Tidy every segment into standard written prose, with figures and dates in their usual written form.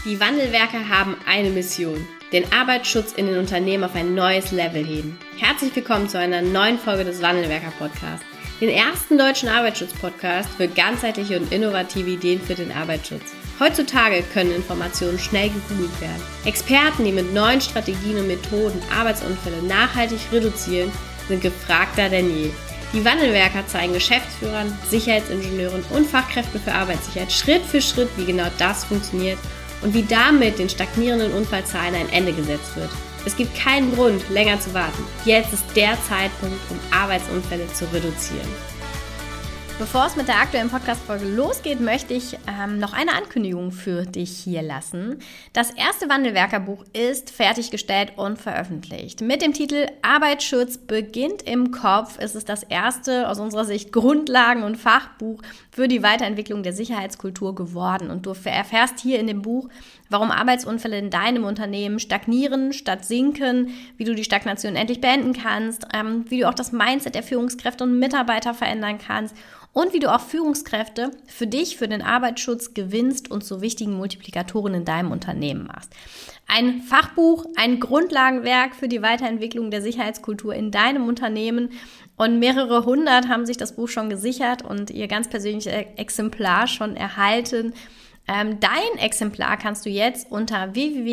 Die Wandelwerker haben eine Mission: den Arbeitsschutz in den Unternehmen auf ein neues Level heben. Herzlich willkommen zu einer neuen Folge des Wandelwerker-Podcasts, den ersten deutschen Arbeitsschutz-Podcast für ganzheitliche und innovative Ideen für den Arbeitsschutz. Heutzutage können Informationen schnell gegoogelt werden. Experten, die mit neuen Strategien und Methoden Arbeitsunfälle nachhaltig reduzieren, sind gefragter denn je. Die Wandelwerker zeigen Geschäftsführern, Sicherheitsingenieuren und Fachkräften für Arbeitssicherheit Schritt für Schritt, wie genau das funktioniert und wie damit den stagnierenden Unfallzahlen ein Ende gesetzt wird. Es gibt keinen Grund, länger zu warten. Jetzt ist der Zeitpunkt, um Arbeitsunfälle zu reduzieren. Bevor es mit der aktuellen Podcast-Folge losgeht, möchte ich noch eine Ankündigung für dich hier lassen. Das erste Wandelwerker-Buch ist fertiggestellt und veröffentlicht. Mit dem Titel Arbeitsschutz beginnt im Kopf ist es das erste, aus unserer Sicht, Grundlagen- und Fachbuch für die Weiterentwicklung der Sicherheitskultur geworden. Und du erfährst hier in dem Buch, warum Arbeitsunfälle in deinem Unternehmen stagnieren statt sinken, wie du die Stagnation endlich beenden kannst, wie du auch das Mindset der Führungskräfte und Mitarbeiter verändern kannst und wie du auch Führungskräfte für dich, für den Arbeitsschutz gewinnst und zu wichtigen Multiplikatoren in deinem Unternehmen machst. Ein Fachbuch, ein Grundlagenwerk für die Weiterentwicklung der Sicherheitskultur in deinem Unternehmen, und mehrere hundert haben sich das Buch schon gesichert und ihr ganz persönliches Exemplar schon erhalten. Dein Exemplar kannst du jetzt unter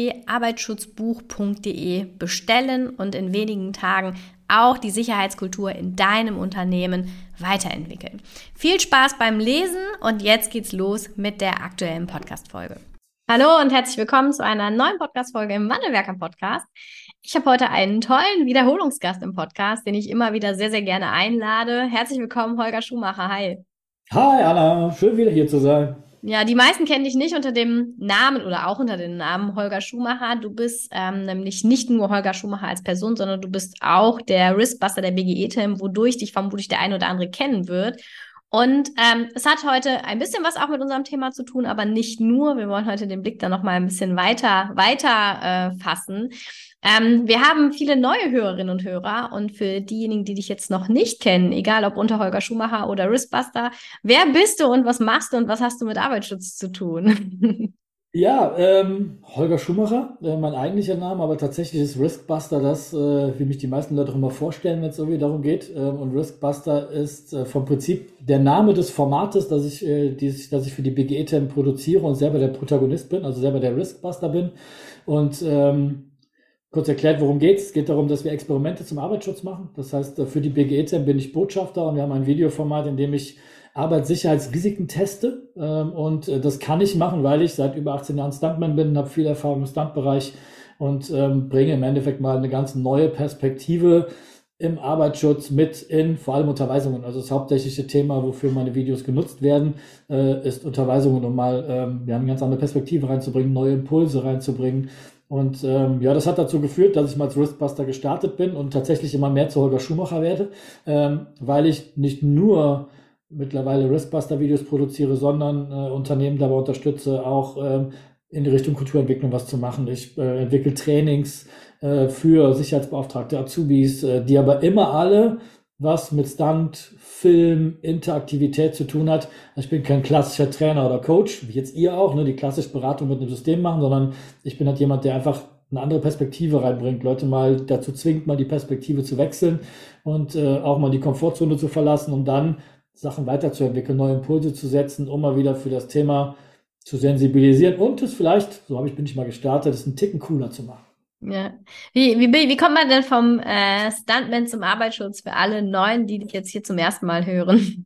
www.arbeitsschutzbuch.de bestellen und in wenigen Tagen auch die Sicherheitskultur in deinem Unternehmen weiterentwickeln. Viel Spaß beim Lesen und jetzt geht's los mit der aktuellen Podcast-Folge. Hallo und herzlich willkommen zu einer neuen Podcast-Folge im Wandelwerker-Podcast. Ich habe heute einen tollen Wiederholungsgast im Podcast, den ich immer wieder sehr, sehr gerne einlade. Herzlich willkommen, Holger Schumacher. Hi. Hi Anna, schön wieder hier zu sein. Ja, die meisten kennen dich nicht unter dem Namen oder auch unter dem Namen Holger Schumacher. Du bist nämlich nicht nur Holger Schumacher als Person, sondern du bist auch der Riskbuster der BGE-Team, wodurch dich vermutlich der ein oder andere kennen wird. Und es hat heute ein bisschen was auch mit unserem Thema zu tun, aber nicht nur. Wir wollen heute den Blick dann nochmal ein bisschen weiter fassen. Wir haben viele neue Hörerinnen und Hörer, und für diejenigen, die dich jetzt noch nicht kennen, egal ob unter Holger Schumacher oder Riskbuster, wer bist du und was machst du und was hast du mit Arbeitsschutz zu tun? Ja, Holger Schumacher, mein eigentlicher Name, aber tatsächlich ist Riskbuster das, wie mich die meisten Leute auch immer vorstellen, wenn es irgendwie darum geht. Und Riskbuster ist vom Prinzip der Name des Formates, dass ich für die BGE-Team produziere und selber der Protagonist bin, also selber der Riskbuster bin. Und kurz erklärt, worum geht's? Es geht darum, dass wir Experimente zum Arbeitsschutz machen. Das heißt, für die BGE-Team bin ich Botschafter und wir haben ein Videoformat, in dem ich Arbeitssicherheitsrisiken teste. Und das kann ich machen, weil ich seit über 18 Jahren Stuntman bin, habe viel Erfahrung im Stuntbereich und bringe im Endeffekt mal eine ganz neue Perspektive im Arbeitsschutz mit in vor allem Unterweisungen. Also das hauptsächliche Thema, wofür meine Videos genutzt werden, ist Unterweisungen, um mal eine ganz andere Perspektive reinzubringen, neue Impulse reinzubringen. Und das hat dazu geführt, dass ich mal als Riskbuster gestartet bin und tatsächlich immer mehr zu Holger Schumacher werde, weil ich nicht nur mittlerweile Riskbuster-Videos produziere, sondern Unternehmen dabei unterstütze, auch in die Richtung Kulturentwicklung was zu machen. Ich entwickle Trainings für Sicherheitsbeauftragte, Azubis, die aber immer alle was mit Stunt, Film, Interaktivität zu tun hat. Ich bin kein klassischer Trainer oder Coach, wie jetzt ihr auch, ne, die klassische Beratung mit einem System machen, sondern ich bin halt jemand, der einfach eine andere Perspektive reinbringt, Leute mal dazu zwingt, mal die Perspektive zu wechseln und auch mal die Komfortzone zu verlassen, um dann Sachen weiterzuentwickeln, neue Impulse zu setzen, um mal wieder für das Thema zu sensibilisieren und es vielleicht, bin ich mal gestartet, es einen Ticken cooler zu machen. Ja. Wie kommt man denn vom Stuntman zum Arbeitsschutz für alle Neuen, die dich jetzt hier zum ersten Mal hören?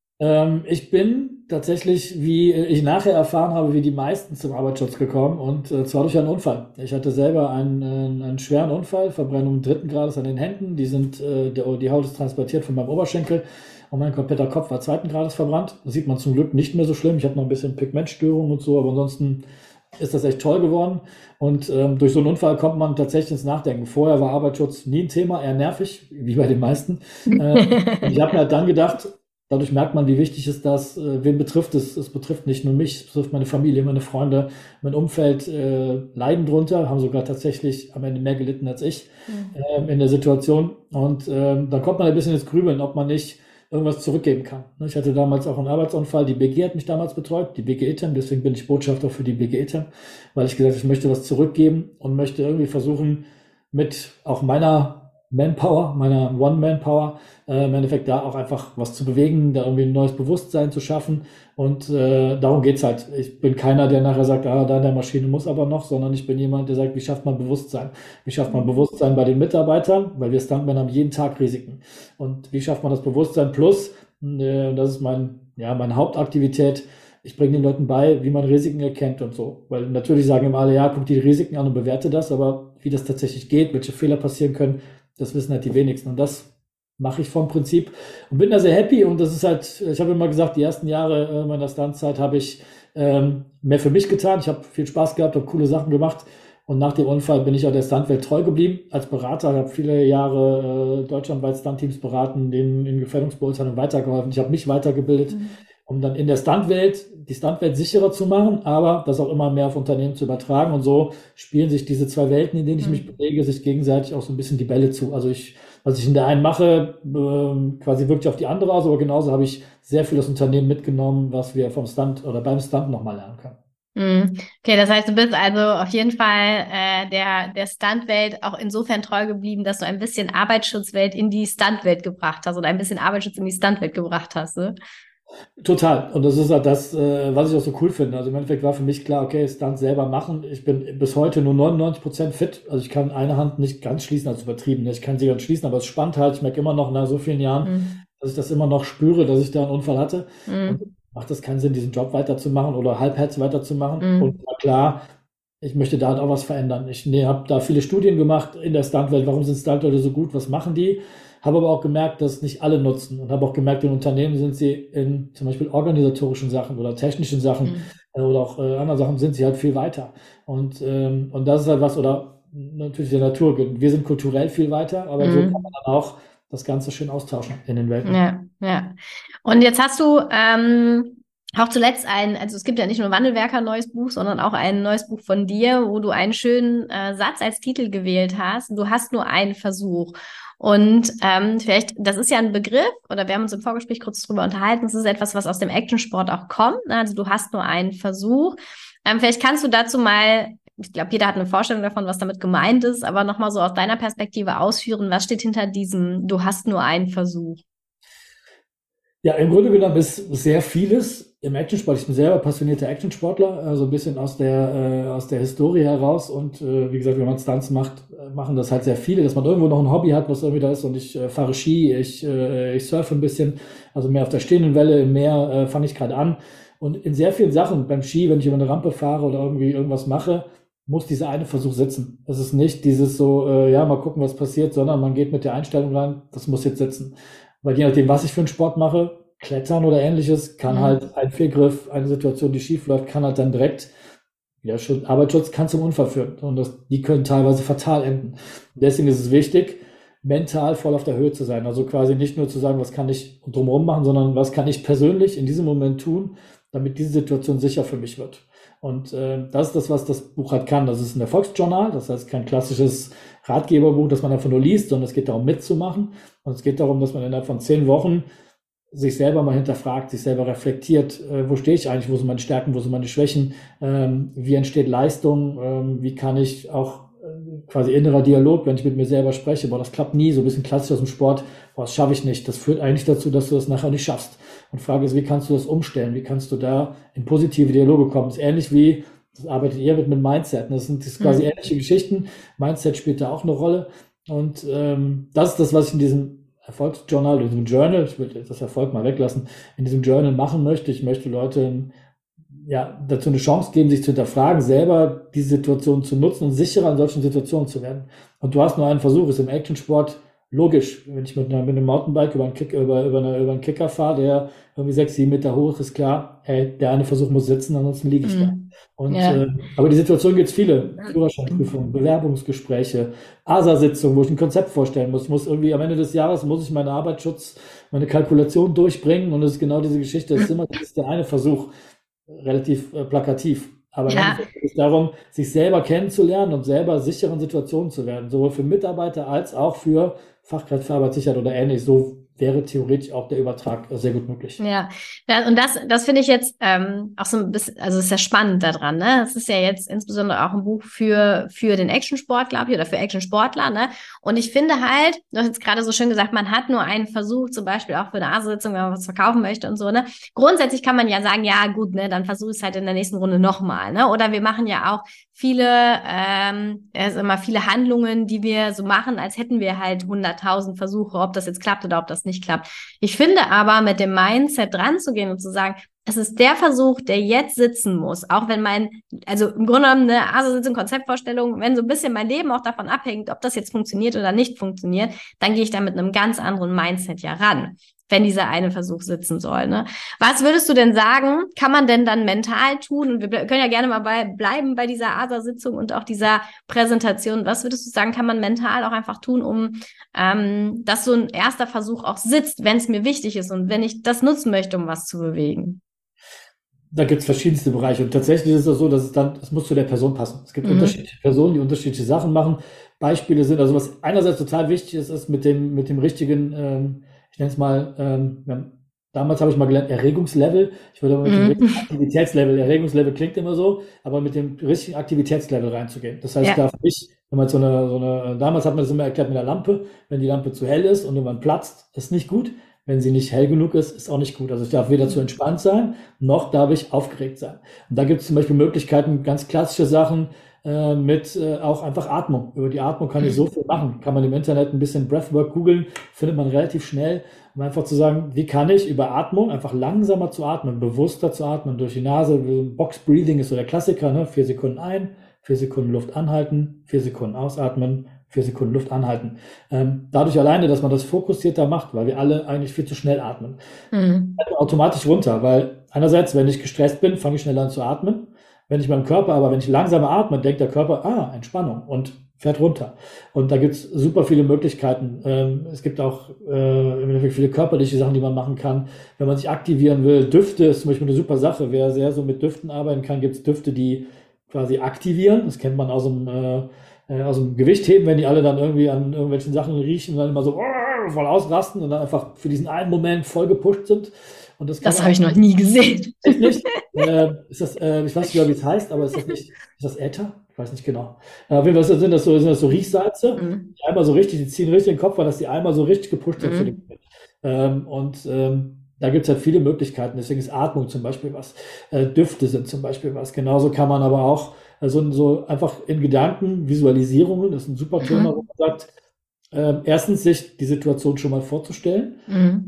Ich bin tatsächlich, wie ich nachher erfahren habe, wie die meisten zum Arbeitsschutz gekommen, und zwar durch einen Unfall. Ich hatte selber einen schweren Unfall, Verbrennung 3. Grades an den Händen. Die Haut ist transportiert von meinem Oberschenkel und mein kompletter Kopf war 2. Grades verbrannt. Das sieht man zum Glück nicht mehr so schlimm. Ich habe noch ein bisschen Pigmentstörung und so, aber ansonsten ist das echt toll geworden. Und durch so einen Unfall kommt man tatsächlich ins Nachdenken. Vorher war Arbeitsschutz nie ein Thema, eher nervig, wie bei den meisten. Und ich habe mir halt dann gedacht, dadurch merkt man, wie wichtig ist das, wen betrifft es. Es betrifft nicht nur mich, es betrifft meine Familie, meine Freunde, mein Umfeld leiden drunter, haben sogar tatsächlich am Ende mehr gelitten als ich in der Situation. Und dann kommt man ein bisschen ins Grübeln, ob man nicht irgendwas zurückgeben kann. Ich hatte damals auch einen Arbeitsunfall, die BG hat mich damals betreut, die BG ITEM, deswegen bin ich Botschafter für die BG ITEM, weil ich gesagt habe, ich möchte was zurückgeben und möchte irgendwie versuchen, mit auch meiner Manpower, meiner One-Manpower, im Endeffekt da auch einfach was zu bewegen, da irgendwie ein neues Bewusstsein zu schaffen. Und darum geht's halt. Ich bin keiner, der nachher sagt, da der Maschine muss aber noch, sondern ich bin jemand, der sagt, wie schafft man Bewusstsein? Wie schafft man Bewusstsein bei den Mitarbeitern? Weil wir Stuntmen haben jeden Tag Risiken. Und wie schafft man das Bewusstsein plus? Das ist meine Hauptaktivität. Ich bringe den Leuten bei, wie man Risiken erkennt und so. Weil natürlich sagen immer alle, ja, guck dir die Risiken an und bewerte das, aber wie das tatsächlich geht, welche Fehler passieren können, das wissen halt die wenigsten. Und das mache ich vom Prinzip und bin da sehr happy. Und das ist halt, ich habe immer gesagt, die ersten Jahre meiner Stuntzeit habe ich mehr für mich getan. Ich habe viel Spaß gehabt, habe coole Sachen gemacht. Und nach dem Unfall bin ich auch der Stuntwelt treu geblieben. Als Berater, ich habe viele Jahre deutschlandweit Stuntteams beraten, denen in Gefährdungsbeurteilung weitergeholfen. Ich habe mich weitergebildet, um dann in der Stuntwelt, die Stuntwelt sicherer zu machen, aber das auch immer mehr auf Unternehmen zu übertragen. Und so spielen sich diese zwei Welten, in denen ich mich bewege, sich gegenseitig auch so ein bisschen die Bälle zu. Also was ich in der einen mache, quasi wirklich auf die andere aus, aber genauso habe ich sehr viel das Unternehmen mitgenommen, was wir vom Stunt oder beim Stunt nochmal lernen können. Okay, das heißt, du bist also auf jeden Fall der Stuntwelt auch insofern treu geblieben, dass du ein bisschen Arbeitsschutzwelt in die Stuntwelt gebracht hast oder ein bisschen Arbeitsschutz in die Stuntwelt gebracht hast, ne? Total. Und das ist halt das, was ich auch so cool finde. Also im Endeffekt war für mich klar, okay, Stunt selber machen. Ich bin bis heute nur 99% fit. Also ich kann eine Hand nicht ganz schließen, also übertrieben. Ne? Ich kann sie ganz schließen, aber es spannt halt. Ich merke immer noch nach so vielen Jahren, dass ich das immer noch spüre, dass ich da einen Unfall hatte. Und macht es keinen Sinn, diesen Job weiterzumachen oder halbherzig weiterzumachen. Und war klar, ich möchte da halt auch was verändern. Ich habe da viele Studien gemacht in der Stuntwelt. Warum sind Stuntleute so gut? Was machen die? Habe aber auch gemerkt, dass nicht alle nutzen und habe auch gemerkt, in Unternehmen sind sie in zum Beispiel organisatorischen Sachen oder technischen Sachen oder auch anderen Sachen sind sie halt viel weiter. Und das ist halt was, oder natürlich der Natur. Wir sind kulturell viel weiter, aber so kann man dann auch das Ganze schön austauschen in den Welten. Ja. Und jetzt hast du auch zuletzt also es gibt ja nicht nur Wandelwerker ein neues Buch, sondern auch ein neues Buch von dir, wo du einen schönen Satz als Titel gewählt hast. Du hast nur einen Versuch. Und vielleicht, das ist ja ein Begriff, oder wir haben uns im Vorgespräch kurz drüber unterhalten, das ist etwas, was aus dem Actionsport auch kommt. Also du hast nur einen Versuch. Vielleicht kannst du dazu mal, ich glaube, jeder hat eine Vorstellung davon, was damit gemeint ist, aber nochmal so aus deiner Perspektive ausführen, was steht hinter diesem, du hast nur einen Versuch? Ja, im Grunde genommen ist sehr vieles im Actionsport. Ich bin selber passionierter Actionsportler, so ein bisschen aus der Historie heraus. Und wie gesagt, wenn man Stunts macht, machen das halt sehr viele, dass man irgendwo noch ein Hobby hat, was irgendwie da ist. Und ich fahre Ski, ich surfe ein bisschen, also mehr auf der stehenden Welle, im Meer fange ich gerade an. Und in sehr vielen Sachen, beim Ski, wenn ich über eine Rampe fahre oder irgendwie irgendwas mache, muss dieser eine Versuch sitzen. Es ist nicht dieses so, mal gucken, was passiert, sondern man geht mit der Einstellung rein, das muss jetzt sitzen. Weil je nachdem, was ich für einen Sport mache, Klettern oder ähnliches, kann halt ein Fehlgriff, eine Situation, die schief läuft, kann halt dann direkt, ja, schon Arbeitsschutz kann zum Unfall führen. Und die können teilweise fatal enden. Und deswegen ist es wichtig, mental voll auf der Höhe zu sein. Also quasi nicht nur zu sagen, was kann ich drumherum machen, sondern was kann ich persönlich in diesem Moment tun, damit diese Situation sicher für mich wird. Und das ist das, was das Buch halt kann. Das ist ein Erfolgsjournal, das heißt kein klassisches Ratgeberbuch, das man einfach nur liest, sondern es geht darum, mitzumachen. Und es geht darum, dass man innerhalb von 10 Wochen sich selber mal hinterfragt, sich selber reflektiert, wo stehe ich eigentlich, wo sind meine Stärken, wo sind meine Schwächen, wie entsteht Leistung, wie kann ich auch quasi innerer Dialog, wenn ich mit mir selber spreche, das klappt nie, so ein bisschen klassisch aus dem Sport, das schaffe ich nicht, das führt eigentlich dazu, dass du das nachher nicht schaffst. Und Frage ist, wie kannst du das umstellen, wie kannst du da in positive Dialoge kommen, das ist ähnlich wie, das arbeitet ihr mit Mindset, das sind quasi ähnliche Geschichten, Mindset spielt da auch eine Rolle und das ist das, was ich in diesem Erfolgsjournal, in diesem Journal, ich will das Erfolg mal weglassen, in diesem Journal machen möchte. Ich möchte Leuten dazu eine Chance geben, sich zu hinterfragen, selber diese Situation zu nutzen und sicherer in solchen Situationen zu werden. Und du hast nur einen Versuch, ist im Actionsport logisch. Wenn ich mit einem Mountainbike über einen Kicker fahre, der irgendwie 6, 7 Meter hoch ist, ist klar, der eine Versuch muss sitzen, ansonsten liege ich da. Und, aber die Situation gibt es viele. Führerscheinprüfungen, Bewerbungsgespräche, ASA-Sitzungen, wo ich ein Konzept vorstellen muss. Ich muss irgendwie am Ende des Jahres, muss ich meinen Arbeitsschutz, meine Kalkulation durchbringen. Und es ist genau diese Geschichte. Es ist immer der eine Versuch, relativ plakativ. Aber es geht darum, sich selber kennenzulernen und selber sicheren Situationen zu werden. Sowohl für Mitarbeiter als auch für Fachkräfte für Arbeitssicherheit oder ähnlich. So wäre theoretisch auch der Übertrag sehr gut möglich. Ja, und das finde ich jetzt auch so ein bisschen, also es ist ja spannend daran, ne? Es ist ja jetzt insbesondere auch ein Buch für den Actionsport, glaube ich, oder für Actionsportler, ne? Und ich finde halt, du hast jetzt gerade so schön gesagt, man hat nur einen Versuch, zum Beispiel auch für eine ASO-Sitzung, wenn man was verkaufen möchte und so, ne? Grundsätzlich kann man ja sagen, ja gut, ne, dann versuch es halt in der nächsten Runde nochmal, ne? Oder wir machen ja auch viele Handlungen, die wir so machen, als hätten wir halt 100.000 Versuche, ob das jetzt klappt oder ob das nicht klappt. Ich finde aber, mit dem Mindset dran zu gehen und zu sagen, es ist der Versuch, der jetzt sitzen muss, auch wenn also im Grunde genommen eine ASO-Sitzung, Konzeptvorstellung, wenn so ein bisschen mein Leben auch davon abhängt, ob das jetzt funktioniert oder nicht funktioniert, dann gehe ich da mit einem ganz anderen Mindset ja ran, wenn dieser eine Versuch sitzen soll, ne? Was würdest du denn sagen, kann man denn dann mental tun? Und wir können ja gerne mal bleiben bei dieser ASA-Sitzung und auch dieser Präsentation. Was würdest du sagen, kann man mental auch einfach tun, um dass so ein erster Versuch auch sitzt, wenn es mir wichtig ist und wenn ich das nutzen möchte, um was zu bewegen? Da gibt es verschiedenste Bereiche und tatsächlich ist es so, dass es muss zu der Person passen. Es gibt unterschiedliche Personen, die unterschiedliche Sachen machen. Beispiele sind, also was einerseits total wichtig ist, ist mit dem richtigen, ich nenne es mal, damals habe ich mal gelernt, Erregungslevel. Ich würde aber mit dem richtigen Aktivitätslevel, Erregungslevel klingt immer so, aber mit dem richtigen Aktivitätslevel reinzugehen. Das heißt, da für mich, wenn man damals hat man das immer erklärt mit der Lampe, wenn die Lampe zu hell ist und irgendwann platzt, ist nicht gut. Wenn sie nicht hell genug ist, ist auch nicht gut. Also ich darf weder zu entspannt sein, noch darf ich aufgeregt sein. Und da gibt es zum Beispiel Möglichkeiten, ganz klassische Sachen mit auch einfach Atmung. Über die Atmung kann ich so viel machen. Kann man im Internet ein bisschen Breathwork googeln, findet man relativ schnell, um einfach zu sagen, wie kann ich über Atmung einfach langsamer zu atmen, bewusster zu atmen, durch die Nase. Box Breathing ist so der Klassiker, ne? 4 Sekunden ein, 4 Sekunden Luft anhalten, 4 Sekunden ausatmen, 4 Sekunden Luft anhalten. Dadurch alleine, dass man das fokussierter macht, weil wir alle eigentlich viel zu schnell atmen, automatisch runter, weil einerseits, wenn ich gestresst bin, fange ich schneller an zu atmen. Wenn ich wenn ich langsamer atme, denkt der Körper, Entspannung und fährt runter. Und da gibt's super viele Möglichkeiten. Es gibt auch viele körperliche Sachen, die man machen kann. Wenn man sich aktivieren will, Düfte ist zum Beispiel eine super Sache. Wer sehr so mit Düften arbeiten kann, gibt's Düfte, die quasi aktivieren. Das kennt man aus dem Gewichtheben, wenn die alle dann irgendwie an irgendwelchen Sachen riechen und dann immer so voll ausrasten und dann einfach für diesen einen Moment voll gepusht sind. Und das habe ich noch nie gesehen. Echt nicht? Ich weiß nicht genau, wie es heißt, aber ist das Äther? Ich weiß nicht genau. Auf jeden Fall sind das so Riechsalze, die einmal so richtig, die ziehen richtig in den Kopf, weil das die einmal so richtig gepusht sind für den Moment. Da gibt es halt viele Möglichkeiten, deswegen ist Atmung zum Beispiel was. Düfte sind zum Beispiel was. Genauso kann man aber auch so einfach in Gedanken, Visualisierungen, das ist ein super Thema, wo man sagt, erstens sich die Situation schon mal vorzustellen,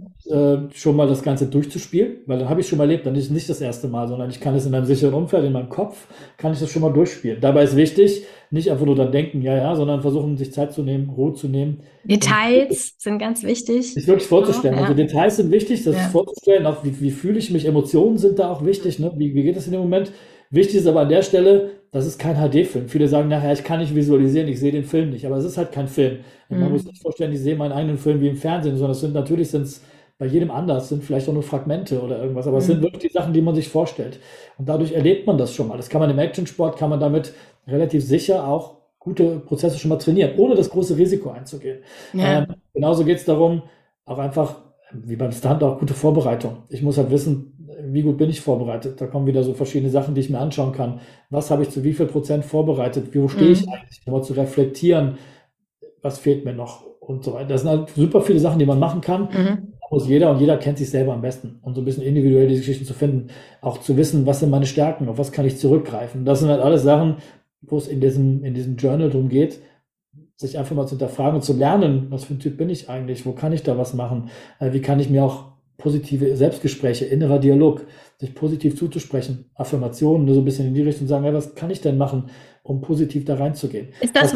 schon mal das Ganze durchzuspielen, weil dann habe ich schon mal erlebt, dann ist nicht das erste Mal, sondern ich kann es in einem sicheren Umfeld, in meinem Kopf, kann ich das schon mal durchspielen. Dabei ist wichtig, nicht einfach nur dann denken, sondern versuchen, sich Zeit zu nehmen, Ruhe zu nehmen. Details sind ganz wichtig. Sich wirklich vorzustellen. Also Details sind wichtig, das vorzustellen, auch wie fühle ich mich, Emotionen sind da auch wichtig, ne? Wie geht es in dem Moment? Wichtig ist aber an der Stelle, das ist kein HD-Film. Viele sagen nachher, ich kann nicht visualisieren, ich sehe den Film nicht. Aber es ist halt kein Film. Man muss sich vorstellen, ich sehe meinen eigenen Film wie im Fernsehen, sondern natürlich sind es bei jedem anders, sind vielleicht auch nur Fragmente oder irgendwas. Aber es sind wirklich die Sachen, die man sich vorstellt. Und dadurch erlebt man das schon mal. Das kann man im Actionsport, kann man damit relativ sicher auch gute Prozesse schon mal trainieren, ohne das große Risiko einzugehen. Genauso geht es darum, auch einfach, wie beim Stunt, auch gute Vorbereitung. Ich muss halt wissen, wie gut bin ich vorbereitet? Da kommen wieder so verschiedene Sachen, die ich mir anschauen kann. Was habe ich zu wie viel Prozent vorbereitet? Wo stehe ich eigentlich? Mal zu reflektieren, was fehlt mir noch und so weiter. Das sind halt super viele Sachen, die man machen kann. Da muss jeder kennt sich selber am besten. Und so ein bisschen individuell diese Geschichten zu finden, auch zu wissen, was sind meine Stärken, auf was kann ich zurückgreifen. Das sind halt alles Sachen, wo es in diesem Journal darum geht, sich einfach mal zu hinterfragen und zu lernen, was für ein Typ bin ich eigentlich, wo kann ich da was machen, wie kann ich mir auch positive Selbstgespräche, innerer Dialog, sich positiv zuzusprechen, Affirmationen, nur so ein bisschen in die Richtung sagen, was kann ich denn machen, um positiv da reinzugehen. Ist das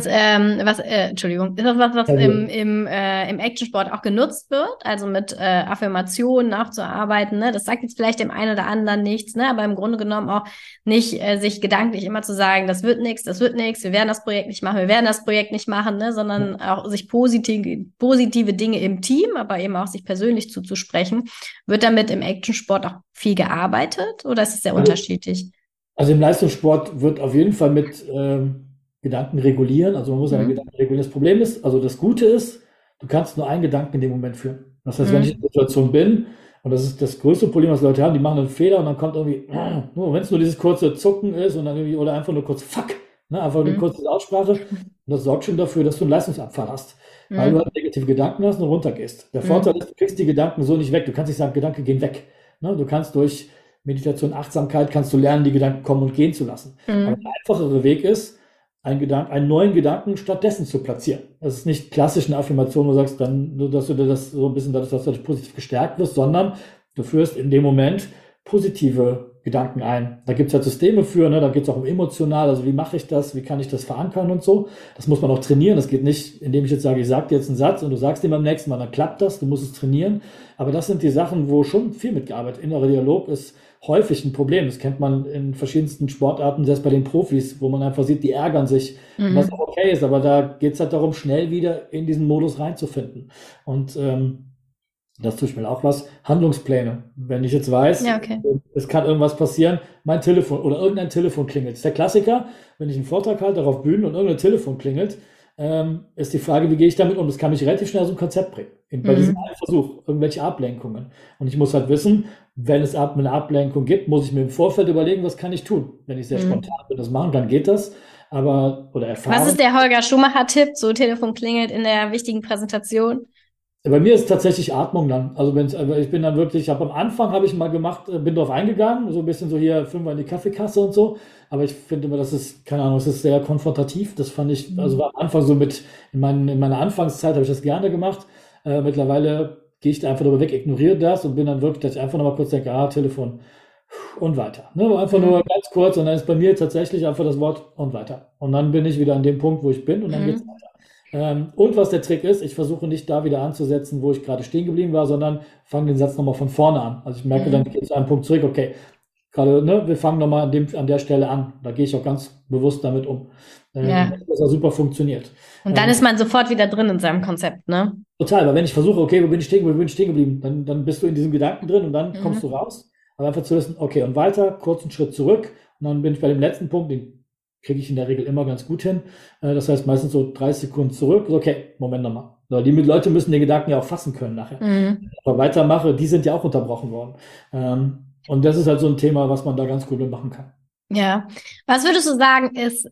was im Actionsport auch genutzt wird? Also mit Affirmationen auch zu arbeiten, ne? Das sagt jetzt vielleicht dem einen oder anderen nichts, ne? Aber im Grunde genommen auch nicht sich gedanklich immer zu sagen, das wird nichts, wir werden das Projekt nicht machen, ne? Sondern auch sich positive Dinge im Team, aber eben auch sich persönlich zuzusprechen. Wird damit im Actionsport auch viel gearbeitet oder ist es sehr unterschiedlich? Also im Leistungssport wird auf jeden Fall mit Gedanken regulieren. Also man muss seine Gedanken regulieren. Das Problem ist, also das Gute ist, du kannst nur einen Gedanken in dem Moment führen. Das heißt, wenn ich in der Situation bin, und das ist das größte Problem, was Leute haben, die machen einen Fehler und dann kommt irgendwie, wenn es nur dieses kurze Zucken ist und dann irgendwie, oder einfach nur kurz fuck, ne, einfach eine kurze Aussprache, und das sorgt schon dafür, dass du einen Leistungsabfall hast, weil du halt negative Gedanken hast und runtergehst. Der Vorteil ist, du kriegst die Gedanken so nicht weg, du kannst nicht sagen, Gedanken gehen weg. Ne, du kannst durch Meditation, Achtsamkeit, kannst du lernen, die Gedanken kommen und gehen zu lassen. Aber der einfachere Weg ist, einen neuen Gedanken stattdessen zu platzieren. Das ist nicht klassisch eine Affirmation, wo du sagst, dann, dass du dir das so ein bisschen dadurch, dass du positiv gestärkt wirst, sondern du führst in dem Moment positive Gedanken ein. Da gibt es halt Systeme für, ne? Da geht es auch um emotional, also wie mache ich das, wie kann ich das verankern und so. Das muss man auch trainieren. Das geht nicht, indem ich jetzt sage, ich sage dir jetzt einen Satz und du sagst ihn beim nächsten Mal, dann klappt das, du musst es trainieren. Aber das sind die Sachen, wo schon viel mitgearbeitet. Innerer Dialog ist häufig ein Problem. Das kennt man in verschiedensten Sportarten, selbst bei den Profis, wo man einfach sieht, die ärgern sich, was auch okay ist. Aber da geht es halt darum, schnell wieder in diesen Modus reinzufinden. Und das tut mir auch was. Handlungspläne. Wenn ich jetzt weiß, es kann irgendwas passieren, mein Telefon oder irgendein Telefon klingelt. Das ist der Klassiker, wenn ich einen Vortrag halte auf Bühnen und irgendein Telefon klingelt, ist die Frage, wie gehe ich damit um? Das kann mich relativ schnell aus dem Konzept bringen. Bei diesem einen Versuch, irgendwelche Ablenkungen. Und ich muss halt wissen, wenn es eine Ablenkung gibt, muss ich mir im Vorfeld überlegen, was kann ich tun. Wenn ich sehr spontan bin, das machen kann, geht das. Oder erfahren. Was ist der Holger Schumacher-Tipp? So Telefon klingelt in der wichtigen Präsentation. Bei mir ist tatsächlich Atmung dann. Also ich bin dann wirklich, am Anfang habe ich mal gemacht, bin drauf eingegangen, so ein bisschen so hier 5 in die Kaffeekasse und so. Aber ich finde immer, das ist, keine Ahnung, es ist sehr konfrontativ. Das fand ich, also war am Anfang so in meiner Anfangszeit habe ich das gerne gemacht. Mittlerweile gehe ich da einfach drüber weg, ignoriere das und bin dann wirklich, dass ich einfach nochmal kurz denke, Telefon und weiter. Ne? Einfach nur ganz kurz und dann ist bei mir tatsächlich einfach das Wort und weiter. Und dann bin ich wieder an dem Punkt, wo ich bin und dann geht's weiter. Und was der Trick ist, ich versuche nicht da wieder anzusetzen, wo ich gerade stehen geblieben war, sondern fange den Satz nochmal von vorne an. Also ich merke, dann geht es zu einem Punkt zurück, okay, gerade, ne, wir fangen nochmal an der Stelle an. Da gehe ich auch ganz bewusst damit um. Das hat super funktioniert. Und dann ist man sofort wieder drin in seinem Konzept, ne? Total, weil wenn ich versuche, okay, wo bin ich stehen geblieben, dann bist du in diesem Gedanken drin und dann kommst du raus. Aber einfach zu wissen, okay, und weiter, kurzen Schritt zurück und dann bin ich bei dem letzten Punkt, den kriege ich in der Regel immer ganz gut hin. Das heißt meistens so 30 Sekunden zurück. Okay, Moment nochmal. Die Leute müssen den Gedanken ja auch fassen können nachher. Wenn ich aber weitermache, die sind ja auch unterbrochen worden. Und das ist halt so ein Thema, was man da ganz gut mitmachen kann. Ja. Was würdest du sagen,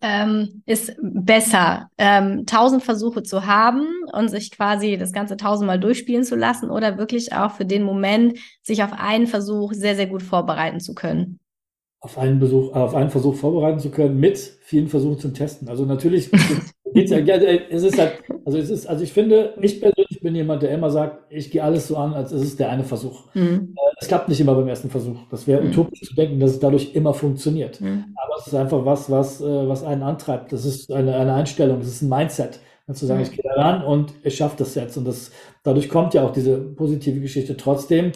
ist besser, 1000 Versuche zu haben und sich quasi das Ganze 1000-mal durchspielen zu lassen oder wirklich auch für den Moment sich auf einen Versuch sehr, sehr gut vorbereiten zu können? Auf einen Versuch vorbereiten zu können, mit vielen Versuchen zum Testen. Also natürlich geht's ja, ich finde, ich persönlich bin jemand, der immer sagt, ich gehe alles so an, als ist es der eine Versuch. Es klappt nicht immer beim ersten Versuch. Das wäre utopisch zu denken, dass es dadurch immer funktioniert. Aber es ist einfach was einen antreibt. Das ist eine Einstellung, das ist ein Mindset. Zu sagen, ich gehe da ran und ich schaffe das jetzt. Und dadurch kommt ja auch diese positive Geschichte. Trotzdem,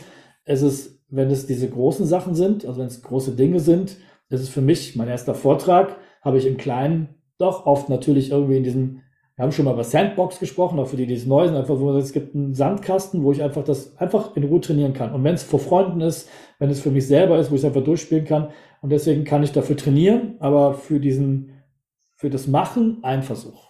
wenn es diese großen Sachen sind, also wenn es große Dinge sind, das ist für mich mein erster Vortrag, habe ich im Kleinen doch oft natürlich irgendwie wir haben schon mal über Sandbox gesprochen, auch für die es neu sind, einfach wo es gibt einen Sandkasten, wo ich das einfach in Ruhe trainieren kann. Und wenn es vor Freunden ist, wenn es für mich selber ist, wo ich es einfach durchspielen kann. Und deswegen kann ich dafür trainieren, aber für das Machen ein Versuch.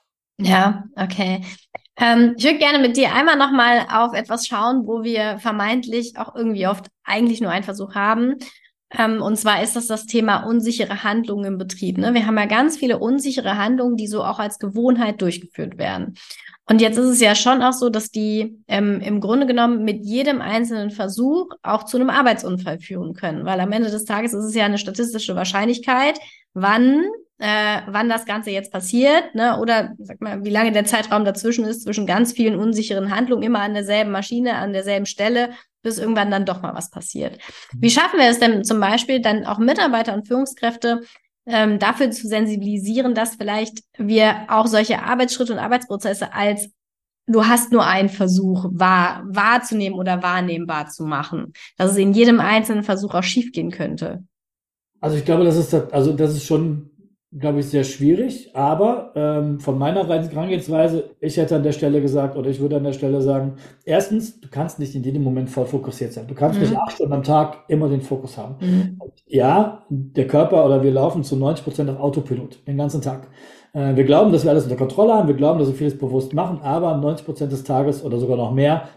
Ja, okay. Ich würde gerne mit dir einmal nochmal auf etwas schauen, wo wir vermeintlich auch irgendwie oft eigentlich nur einen Versuch haben. Und zwar ist das Thema unsichere Handlungen im Betrieb. Ne? Wir haben ja ganz viele unsichere Handlungen, die so auch als Gewohnheit durchgeführt werden. Und jetzt ist es ja schon auch so, dass die im Grunde genommen mit jedem einzelnen Versuch auch zu einem Arbeitsunfall führen können. Weil am Ende des Tages ist es ja eine statistische Wahrscheinlichkeit, wann das Ganze jetzt passiert, ne? Oder sag mal, wie lange der Zeitraum dazwischen ist, zwischen ganz vielen unsicheren Handlungen, immer an derselben Maschine, an derselben Stelle, bis irgendwann dann doch mal was passiert. Wie schaffen wir es denn zum Beispiel dann auch Mitarbeiter und Führungskräfte dafür zu sensibilisieren, dass vielleicht wir auch solche Arbeitsschritte und Arbeitsprozesse als du hast nur einen Versuch wahrzunehmen oder wahrnehmbar zu machen, dass es in jedem einzelnen Versuch auch schiefgehen könnte? Also ich glaube, das ist schon, glaube ich, sehr schwierig, aber von meiner Herangehensweise, ich hätte an der Stelle gesagt, oder ich würde an der Stelle sagen, erstens, du kannst nicht in jedem Moment voll fokussiert sein. Du kannst nicht 8 Stunden am Tag immer den Fokus haben. Und ja, der Körper oder wir laufen zu 90% auf Autopilot, den ganzen Tag. Wir glauben, dass wir alles unter Kontrolle haben, wir glauben, dass wir vieles bewusst machen, aber 90% des Tages oder sogar noch mehr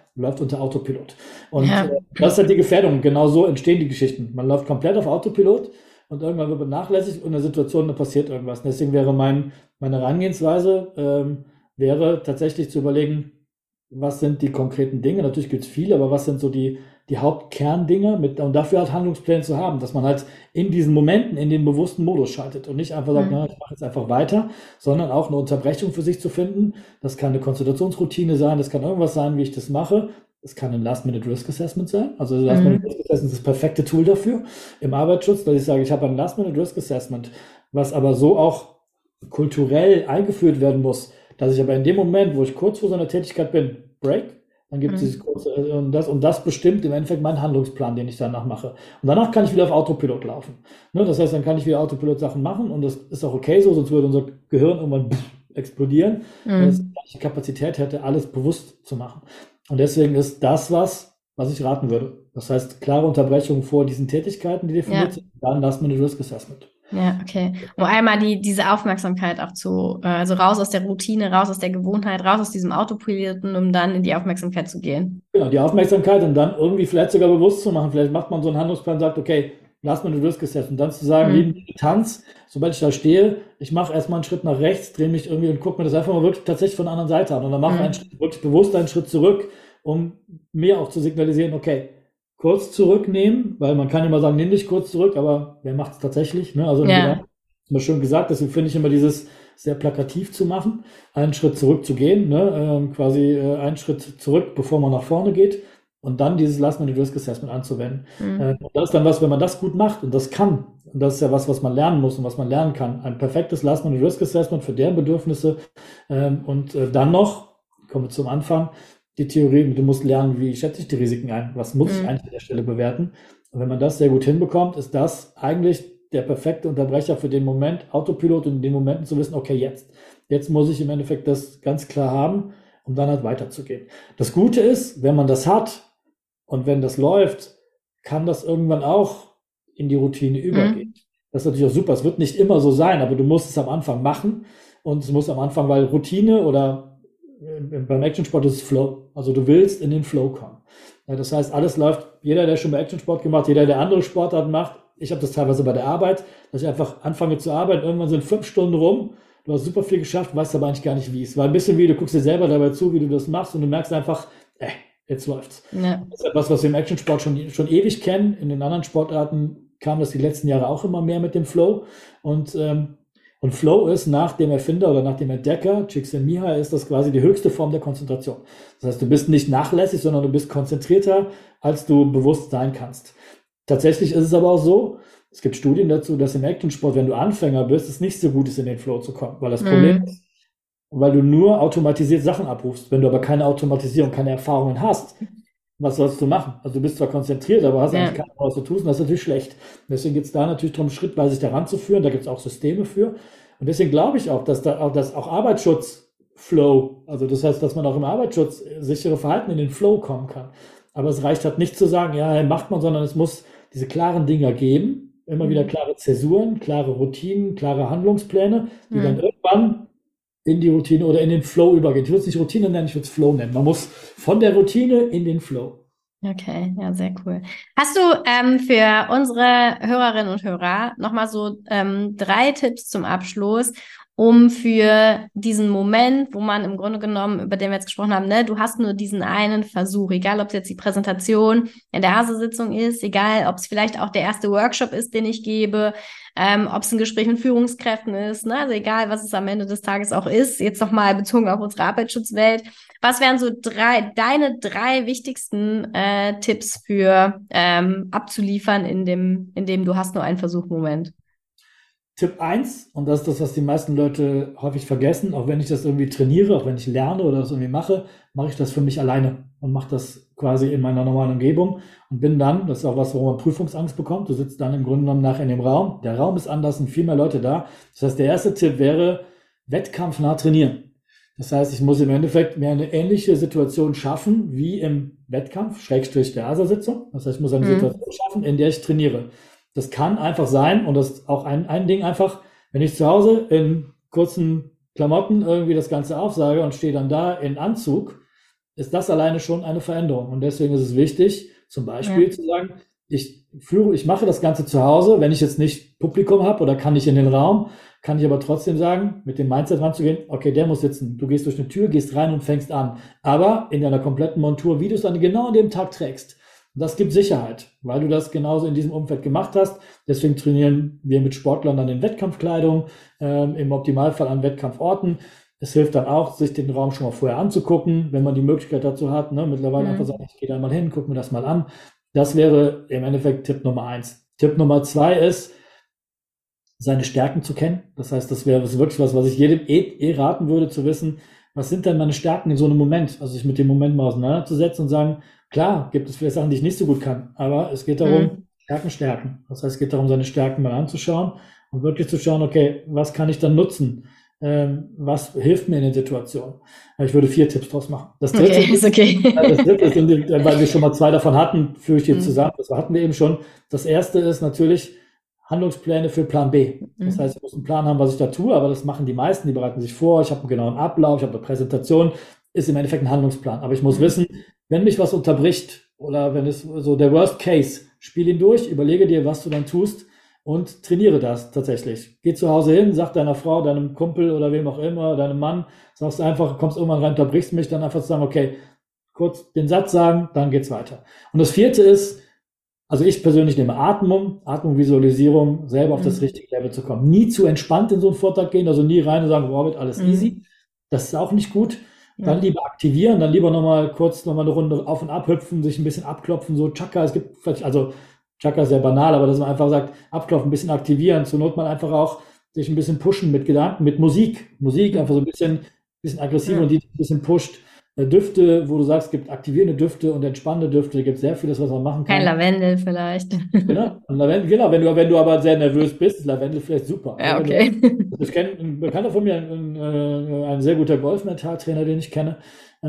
läuft unter Autopilot. Und das ist halt die Gefährdung. Genau so entstehen die Geschichten. Man läuft komplett auf Autopilot und irgendwann wird man nachlässig und in der Situation da passiert irgendwas. Und deswegen wäre meine Herangehensweise, wäre tatsächlich zu überlegen, was sind die konkreten Dinge? Natürlich gibt es viele, aber was sind so die Hauptkerndinge und dafür halt Handlungspläne zu haben, dass man halt in diesen Momenten in den bewussten Modus schaltet und nicht einfach sagt, ich mache jetzt einfach weiter, sondern auch eine Unterbrechung für sich zu finden. Das kann eine Konzentrationsroutine sein, das kann irgendwas sein, wie ich das mache. Das kann ein Last-Minute-Risk-Assessment sein. Also Last-Minute-Risk-Assessment ist das perfekte Tool dafür im Arbeitsschutz, dass ich sage, ich habe ein Last-Minute-Risk-Assessment, was aber so auch kulturell eingeführt werden muss, dass ich aber in dem Moment, wo ich kurz vor so einer Tätigkeit bin, break, dann gibt es dieses kurze, und das bestimmt im Endeffekt meinen Handlungsplan, den ich danach mache. Und danach kann ich wieder auf Autopilot laufen. Ne? Das heißt, dann kann ich wieder Autopilot-Sachen machen und das ist auch okay so, sonst würde unser Gehirn irgendwann explodieren, wenn es die Kapazität hätte, alles bewusst zu machen. Und deswegen ist das was ich raten würde. Das heißt, klare Unterbrechung vor diesen Tätigkeiten, die definiert sind, dann Last-Minute-Risk-Assessment. Ja, okay. Um einmal diese Aufmerksamkeit auch also raus aus der Routine, raus aus der Gewohnheit, raus aus diesem Autopiloten, um dann in die Aufmerksamkeit zu gehen. Genau, die Aufmerksamkeit und dann irgendwie vielleicht sogar bewusst zu machen. Vielleicht macht man so einen Handlungsplan und sagt, okay, lass mal eine Risk-Assessment. Und dann zu sagen, wie ein Tanz, sobald ich da stehe, ich mache erstmal einen Schritt nach rechts, drehe mich irgendwie und gucke mir das einfach mal wirklich tatsächlich von der anderen Seite an. Und dann mache ich einen Schritt, wirklich bewusst einen Schritt zurück, um mir auch zu signalisieren, okay, kurz zurücknehmen, weil man kann immer sagen, nimm dich kurz zurück, aber wer macht es tatsächlich? Ne? Also immer schön gesagt, deswegen finde ich immer dieses sehr plakativ zu machen, einen Schritt zurück zu gehen, ne? Quasi einen Schritt zurück, bevor man nach vorne geht und dann dieses Last-Minute-Risk-Assessment anzuwenden. Und das ist dann was, wenn man das gut macht und das kann, und das ist ja was man lernen muss und was man lernen kann, ein perfektes Last-Minute-Risk-Assessment für deren Bedürfnisse und dann noch, kommen wir zum Anfang, die Theorie, du musst lernen, wie schätze ich die Risiken ein, was muss ich eigentlich an der Stelle bewerten. Und wenn man das sehr gut hinbekommt, ist das eigentlich der perfekte Unterbrecher für den Moment, Autopilot, und in den Momenten zu wissen, okay, jetzt muss ich im Endeffekt das ganz klar haben, um dann halt weiterzugehen. Das Gute ist, wenn man das hat und wenn das läuft, kann das irgendwann auch in die Routine übergehen. Das ist natürlich auch super. Es wird nicht immer so sein, aber du musst es am Anfang machen und es muss am Anfang, weil Routine oder beim Actionsport ist es Flow. Also du willst in den Flow kommen. Ja, das heißt, alles läuft, jeder, der schon mal Actionsport gemacht, jeder, der andere Sportarten macht, ich habe das teilweise bei der Arbeit, dass ich einfach anfange zu arbeiten, irgendwann sind 5 Stunden rum, du hast super viel geschafft, weißt aber eigentlich gar nicht wie. Es war ein bisschen wie, du guckst dir selber dabei zu, wie du das machst und du merkst einfach, jetzt läuft's. Ja. Das ist etwas, was wir im Actionsport schon ewig kennen. In den anderen Sportarten kam das die letzten Jahre auch immer mehr mit dem Flow und Flow ist nach dem Erfinder oder nach dem Entdecker, Csikszentmihalyi, ist das quasi die höchste Form der Konzentration. Das heißt, du bist nicht nachlässig, sondern du bist konzentrierter, als du bewusst sein kannst. Tatsächlich ist es aber auch so, es gibt Studien dazu, dass im Actionsport, wenn du Anfänger bist, es nicht so gut ist, in den Flow zu kommen. Weil das Problem ist, weil du nur automatisiert Sachen abrufst. Wenn du aber keine Automatisierung, keine Erfahrungen hast, was sollst du machen? Also du bist zwar konzentriert, aber hast eigentlich keine Ahnung, was du tust, und das ist natürlich schlecht. Deswegen geht es da natürlich darum, schrittweise sich daran zu führen. Da gibt es auch Systeme für. Und deswegen glaube ich auch, dass auch Arbeitsschutz-Flow, also das heißt, dass man auch im Arbeitsschutz sichere Verhalten in den Flow kommen kann. Aber es reicht halt nicht zu sagen, ja, macht man, sondern es muss diese klaren Dinger geben. Immer wieder klare Zäsuren, klare Routinen, klare Handlungspläne, die dann irgendwann in die Routine oder in den Flow übergehen. Ich würde es nicht Routine nennen, ich würde es Flow nennen. Man muss von der Routine in den Flow. Okay, ja, sehr cool. Hast du für unsere Hörerinnen und Hörer nochmal so 3 Tipps zum Abschluss, um für diesen Moment, wo man im Grunde genommen, über den wir jetzt gesprochen haben, ne, du hast nur diesen einen Versuch, egal ob es jetzt die Präsentation in der ASE-Sitzung ist, egal ob es vielleicht auch der erste Workshop ist, den ich gebe, ob es ein Gespräch mit Führungskräften ist, ne, also egal, was es am Ende des Tages auch ist, jetzt nochmal bezogen auf unsere Arbeitsschutzwelt. Was wären so deine 3 wichtigsten Tipps für abzuliefern in dem du hast nur einen Versuch-Moment? Tipp 1, und das ist das, was die meisten Leute häufig vergessen, auch wenn ich das irgendwie trainiere, auch wenn ich lerne oder das irgendwie mache ich das für mich alleine und mache das quasi in meiner normalen Umgebung und bin dann, das ist auch was, worum man Prüfungsangst bekommt, du sitzt dann im Grunde genommen nachher in dem Raum, der Raum ist anders, sind viel mehr Leute da. Das heißt, der erste Tipp wäre, wettkampfnah trainieren. Das heißt, ich muss im Endeffekt mir eine ähnliche Situation schaffen wie im Wettkampf, / der ASA-Sitzung. Das heißt, ich muss eine Situation schaffen, in der ich trainiere. Das kann einfach sein, und das ist auch ein Ding einfach, wenn ich zu Hause in kurzen Klamotten irgendwie das Ganze aufsage und stehe dann da in Anzug, ist das alleine schon eine Veränderung. Und deswegen ist es wichtig, zum Beispiel zu sagen, ich mache das Ganze zu Hause, wenn ich jetzt nicht Publikum habe oder kann nicht in den Raum, kann ich aber trotzdem sagen, mit dem Mindset ranzugehen, okay, der muss sitzen. Du gehst durch eine Tür, gehst rein und fängst an. Aber in deiner kompletten Montur, wie du es dann genau an dem Tag trägst. Und das gibt Sicherheit, weil du das genauso in diesem Umfeld gemacht hast. Deswegen trainieren wir mit Sportlern dann in Wettkampfkleidung, im Optimalfall an Wettkampforten. Es hilft dann auch, sich den Raum schon mal vorher anzugucken, wenn man die Möglichkeit dazu hat. Ne? Mittlerweile einfach sagen, ich gehe da mal hin, guck mir das mal an. Das wäre im Endeffekt Tipp Nummer 1. Tipp Nummer 2 ist, seine Stärken zu kennen. Das heißt, das wäre wirklich was ich jedem raten würde, zu wissen, was sind denn meine Stärken in so einem Moment? Also sich mit dem Moment mal auseinanderzusetzen und sagen, klar, gibt es vielleicht Sachen, die ich nicht so gut kann, aber es geht darum, Stärken. Das heißt, es geht darum, seine Stärken mal anzuschauen und wirklich zu schauen, okay, was kann ich dann nutzen? Was hilft mir in den Situationen? Ich würde 4 Tipps draus machen. Das dritte ist okay. Das dritte ist, weil wir schon mal 2 davon hatten, führe ich die zusammen. Das hatten wir eben schon. Das erste ist natürlich Handlungspläne für Plan B. Das heißt, ich muss einen Plan haben, was ich da tue, aber das machen die meisten, die bereiten sich vor. Ich habe einen genauen Ablauf, ich habe eine Präsentation, ist im Endeffekt ein Handlungsplan. Aber ich muss wissen, wenn mich was unterbricht oder wenn es so der Worst Case, spiel ihn durch, überlege dir, was du dann tust und trainiere das tatsächlich. Geh zu Hause hin, sag deiner Frau, deinem Kumpel oder wem auch immer, deinem Mann, sagst einfach, kommst irgendwann rein, unterbrichst mich, dann einfach zu sagen, okay, kurz den Satz sagen, dann geht's weiter. Und das vierte ist, also ich persönlich nehme Atmung, Visualisierung, selber auf das richtige Level zu kommen. Nie zu entspannt in so einen Vortrag gehen, also nie rein und sagen, wow, wird alles easy. Das ist auch nicht gut. Dann lieber aktivieren, dann lieber nochmal eine Runde auf und ab hüpfen, sich ein bisschen abklopfen, so Chakra, es gibt, also Chakra ist sehr banal, aber dass man einfach sagt, abklopfen, ein bisschen aktivieren, zur Not mal einfach auch sich ein bisschen pushen mit Gedanken, mit Musik einfach so ein bisschen aggressiv und die ein bisschen pusht. Düfte, wo du sagst, es gibt aktivierende Düfte und entspannende Düfte, es gibt sehr vieles, was man machen kann. Kein Lavendel vielleicht. Genau, wenn du aber sehr nervös bist, ist Lavendel vielleicht super. Ja, okay. Ich kenne ein Bekannter von mir, ein sehr guter Golfmentaltrainer, den ich kenne,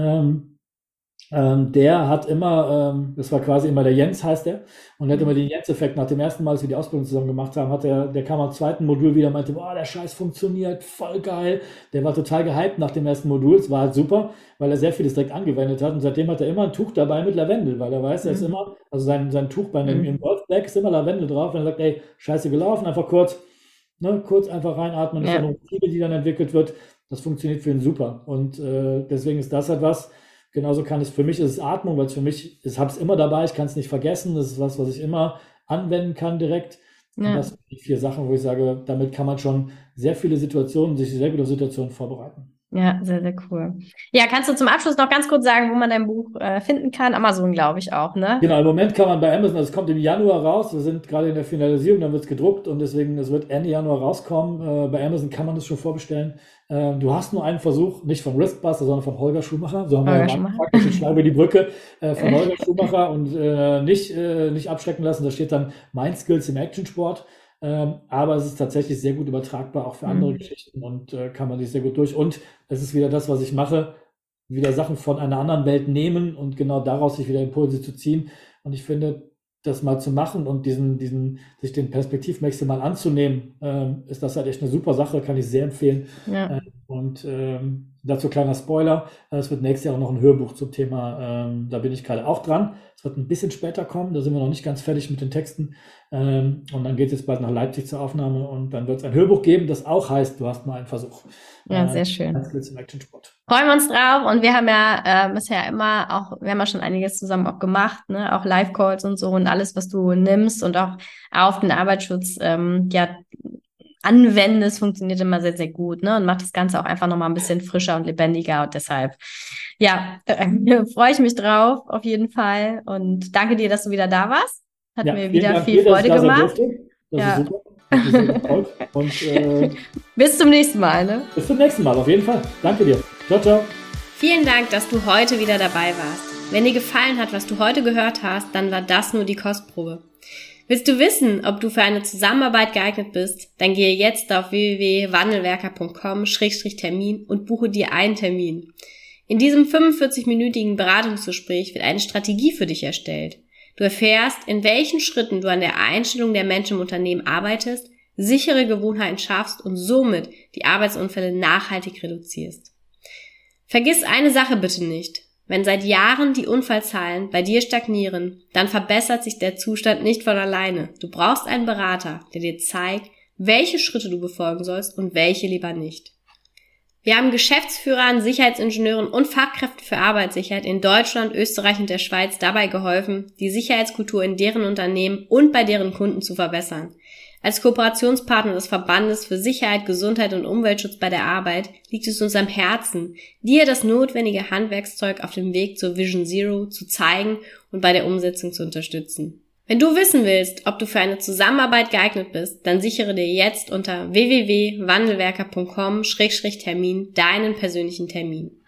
der hat immer, das war quasi immer der Jens, heißt der, und der hat immer den Jens-Effekt. Nach dem ersten Mal, als wir die Ausbildung zusammen gemacht haben, der kam am zweiten Modul wieder und meinte, boah, der Scheiß funktioniert, voll geil. Der war total gehypt nach dem ersten Modul, es war halt super, weil er sehr vieles direkt angewendet hat und seitdem hat er immer ein Tuch dabei mit Lavendel, weil er weiß, er ist immer, also sein Tuch im Golfbag ist immer Lavendel drauf und er sagt, ey, scheiße gelaufen, einfach kurz einfach reinatmen, das ist eine Fliege, die dann entwickelt wird, das funktioniert für ihn super und deswegen ist das halt was. Genauso für mich ist es Atmung, weil es für mich, ich habe es immer dabei, ich kann es nicht vergessen, das ist was ich immer anwenden kann direkt. Ja. Und das sind die 4 Sachen, wo ich sage, damit kann man schon sich sehr gut auf Situationen vorbereiten. Ja, sehr, sehr cool. Ja, kannst du zum Abschluss noch ganz kurz sagen, wo man dein Buch finden kann? Amazon, glaube ich auch, ne? Genau, im Moment kann man bei Amazon, also es kommt im Januar raus, wir sind gerade in der Finalisierung, dann wird es gedruckt und deswegen, es wird Ende Januar rauskommen. Bei Amazon kann man das schon vorbestellen. Du hast nur einen Versuch, nicht von Riskbuster, sondern von Holger Schumacher. So haben wir ja praktisch den Schlag über die Brücke von Holger Schumacher und nicht abschrecken lassen. Da steht dann Mind Skills im Actionsport. Aber es ist tatsächlich sehr gut übertragbar, auch für andere Geschichten und kann man sich sehr gut durch. Und es ist wieder das, was ich mache, wieder Sachen von einer anderen Welt nehmen und genau daraus sich wieder Impulse zu ziehen. Und ich finde, das mal zu machen und sich den Perspektivwechsel mal anzunehmen, ist das halt echt eine super Sache, kann ich sehr empfehlen. Ja. Und dazu kleiner Spoiler, es wird nächstes Jahr auch noch ein Hörbuch zum Thema, da bin ich gerade auch dran. Es wird ein bisschen später kommen, da sind wir noch nicht ganz fertig mit den Texten. Und dann geht es jetzt bald nach Leipzig zur Aufnahme und dann wird es ein Hörbuch geben, das auch heißt, du hast mal einen Versuch. Ja, sehr schön. Ganz im Actionsport. Freuen wir uns drauf und wir haben ja bisher immer wir haben ja schon einiges zusammen auch gemacht, ne, auch Live-Calls und so und alles, was du nimmst und auch auf den Arbeitsschutz, anwendest, funktioniert immer sehr, sehr gut, ne, und macht das Ganze auch einfach nochmal ein bisschen frischer und lebendiger und deshalb, freue ich mich drauf, auf jeden Fall und danke dir, dass du wieder da warst. Hat mir wieder viel Freude gemacht. Das ist super. Und, bis zum nächsten Mal, ne? Bis zum nächsten Mal, auf jeden Fall. Danke dir. Ciao, ciao. Vielen Dank, dass du heute wieder dabei warst. Wenn dir gefallen hat, was du heute gehört hast, dann war das nur die Kostprobe. Willst du wissen, ob du für eine Zusammenarbeit geeignet bist? Dann gehe jetzt auf www.wandelwerker.com/Termin und buche dir einen Termin. In diesem 45-minütigen Beratungsgespräch wird eine Strategie für dich erstellt. Du erfährst, in welchen Schritten du an der Einstellung der Menschen im Unternehmen arbeitest, sichere Gewohnheiten schaffst und somit die Arbeitsunfälle nachhaltig reduzierst. Vergiss eine Sache bitte nicht. Wenn seit Jahren die Unfallzahlen bei dir stagnieren, dann verbessert sich der Zustand nicht von alleine. Du brauchst einen Berater, der dir zeigt, welche Schritte du befolgen sollst und welche lieber nicht. Wir haben Geschäftsführern, Sicherheitsingenieuren und Fachkräften für Arbeitssicherheit in Deutschland, Österreich und der Schweiz dabei geholfen, die Sicherheitskultur in deren Unternehmen und bei deren Kunden zu verbessern. Als Kooperationspartner des Verbandes für Sicherheit, Gesundheit und Umweltschutz bei der Arbeit liegt es uns am Herzen, dir das notwendige Handwerkszeug auf dem Weg zur Vision Zero zu zeigen und bei der Umsetzung zu unterstützen. Wenn du wissen willst, ob du für eine Zusammenarbeit geeignet bist, dann sichere dir jetzt unter www.wandelwerker.com/Termin deinen persönlichen Termin.